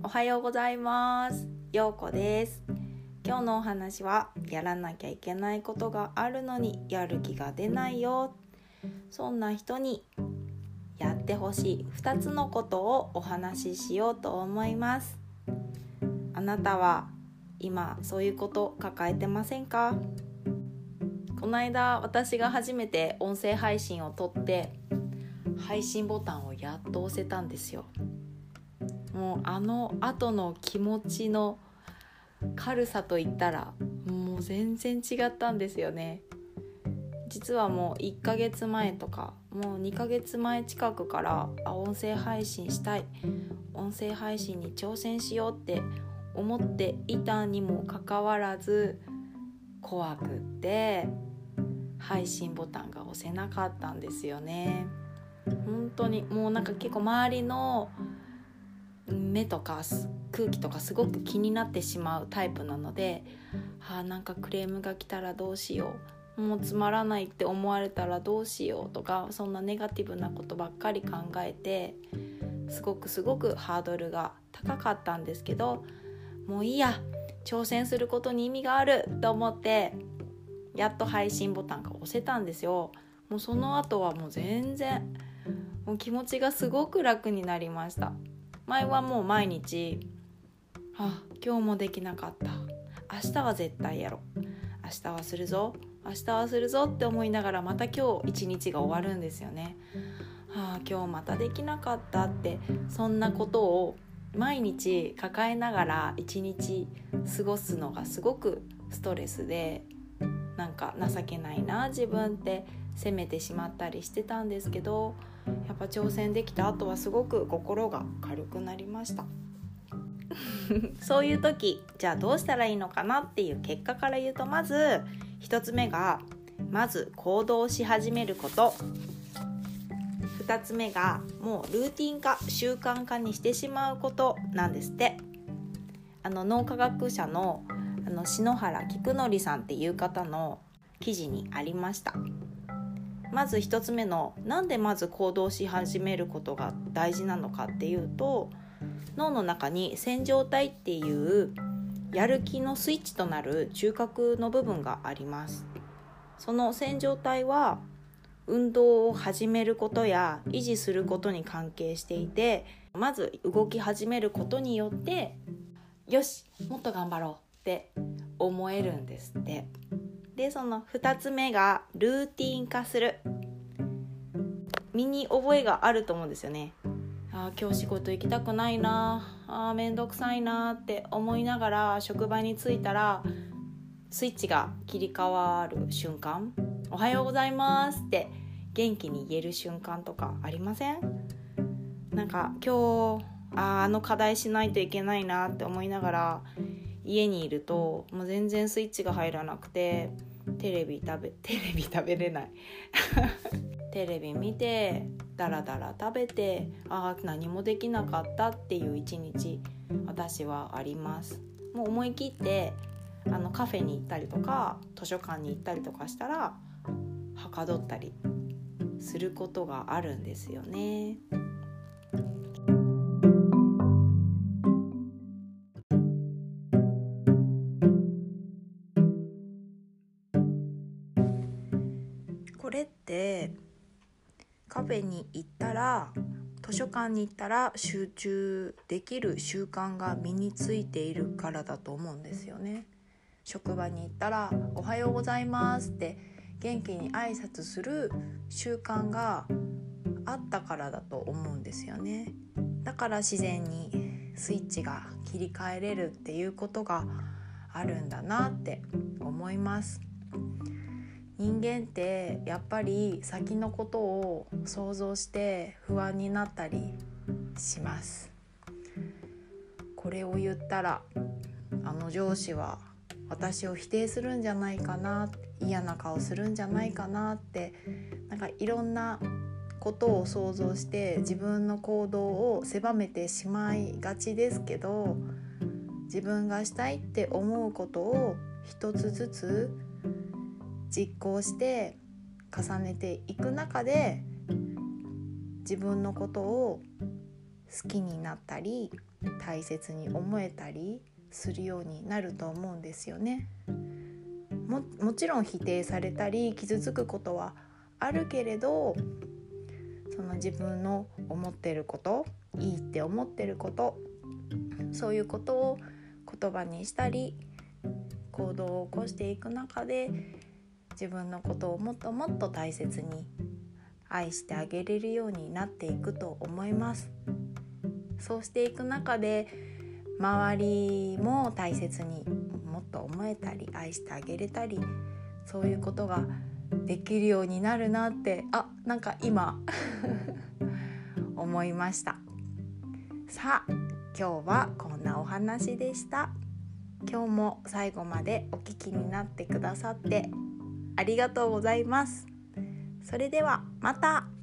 おはようございます。ようこです。今日のお話は、やらなきゃいけないことがあるのにやる気が出ないよ、そんな人にやってほしい2つのことをお話ししようと思います。あなたは今そういうこと抱えてませんか？この間私が初めて音声配信を撮って配信ボタンをやっと押せたんですよ。もうあの後の気持ちの軽さといったらもう全然違ったんですよね。実はもう1ヶ月前とかもう2ヶ月前近くから音声配信したい、音声配信に挑戦しようって思っていたにもかかわらず、怖くって配信ボタンが押せなかったんですよね。本当にもう結構周りの目とか空気とかすごく気になってしまうタイプなので、クレームが来たらどうしよう、もうつまらないって思われたらどうしようとか、そんなネガティブなことばっかり考えて、すごくハードルが高かったんですけど、もういいや、挑戦することに意味があると思ってやっと配信ボタンが押せたんですよ。もうその後はもう全然もう気持ちがすごく楽になりました。前はもう毎日今日もできなかった、明日は絶対やろう、明日はするぞって思いながら、また今日一日が終わるんですよね。今日またできなかったって、そんなことを毎日抱えながら一日過ごすのがすごくストレスで、情けないな自分って責めてしまったりしてたんですけど、やっぱ挑戦できた後はすごく心が軽くなりましたそういう時、じゃあどうしたらいいのかなっていう結果から言うと、まず一つ目が行動し始めること、二つ目がもうルーティン化、習慣化にしてしまうことなんですって。脳科学者の篠原菊則さんっていう方の記事にありました。まず一つ目の、なんでまず行動し始めることが大事なのかっていうと、脳の中に線条体っていうやる気のスイッチとなる中核の部分があります。その線条体は運動を始めることや維持することに関係していて、まず動き始めることによって、よしもっと頑張ろうって思えるんですって。で、その2つ目がルーティン化する。身に覚えがあると思うんですよね。今日仕事行きたくないな、めんどくさいなって思いながら職場に着いたら、スイッチが切り替わる瞬間、おはようございますって元気に言える瞬間とかありません？今日あの課題しないといけないなって思いながら家にいると、もう全然スイッチが入らなくて、テレビ食べれないテレビ見てダラダラ食べて、何もできなかったっていう一日、私はあります。もう思い切ってカフェに行ったりとか図書館に行ったりとかしたらはかどったりすることがあるんですよね。これってカフェに行ったら図書館に行ったら集中できる習慣が身についているからだと思うんですよね。職場に行ったらおはようございますって元気に挨拶する習慣があったからだと思うんですよね。だから自然にスイッチが切り替えれるっていうことがあるんだなって思います。人間ってやっぱり先のことを想像して不安になったりします。これを言ったら上司は私を否定するんじゃないかな、嫌な顔するんじゃないかなって、いろんなことを想像して自分の行動を狭めてしまいがちですけど、自分がしたいって思うことを一つずつ実行して重ねていく中で、自分のことを好きになったり大切に思えたりするようになると思うんですよね。もちろん否定されたり傷つくことはあるけれど、その自分の思ってること、いいって思ってること、そういうことを言葉にしたり行動を起こしていく中で、自分のことをもっともっと大切に愛してあげれるようになっていくと思います。そうしていく中で周りも大切にもっと思えたり愛してあげれたり、そういうことができるようになるなってなんか今思いました。さあ今日はこんなお話でした。今日も最後までお聞きになってくださってありがとうございます。それではまた。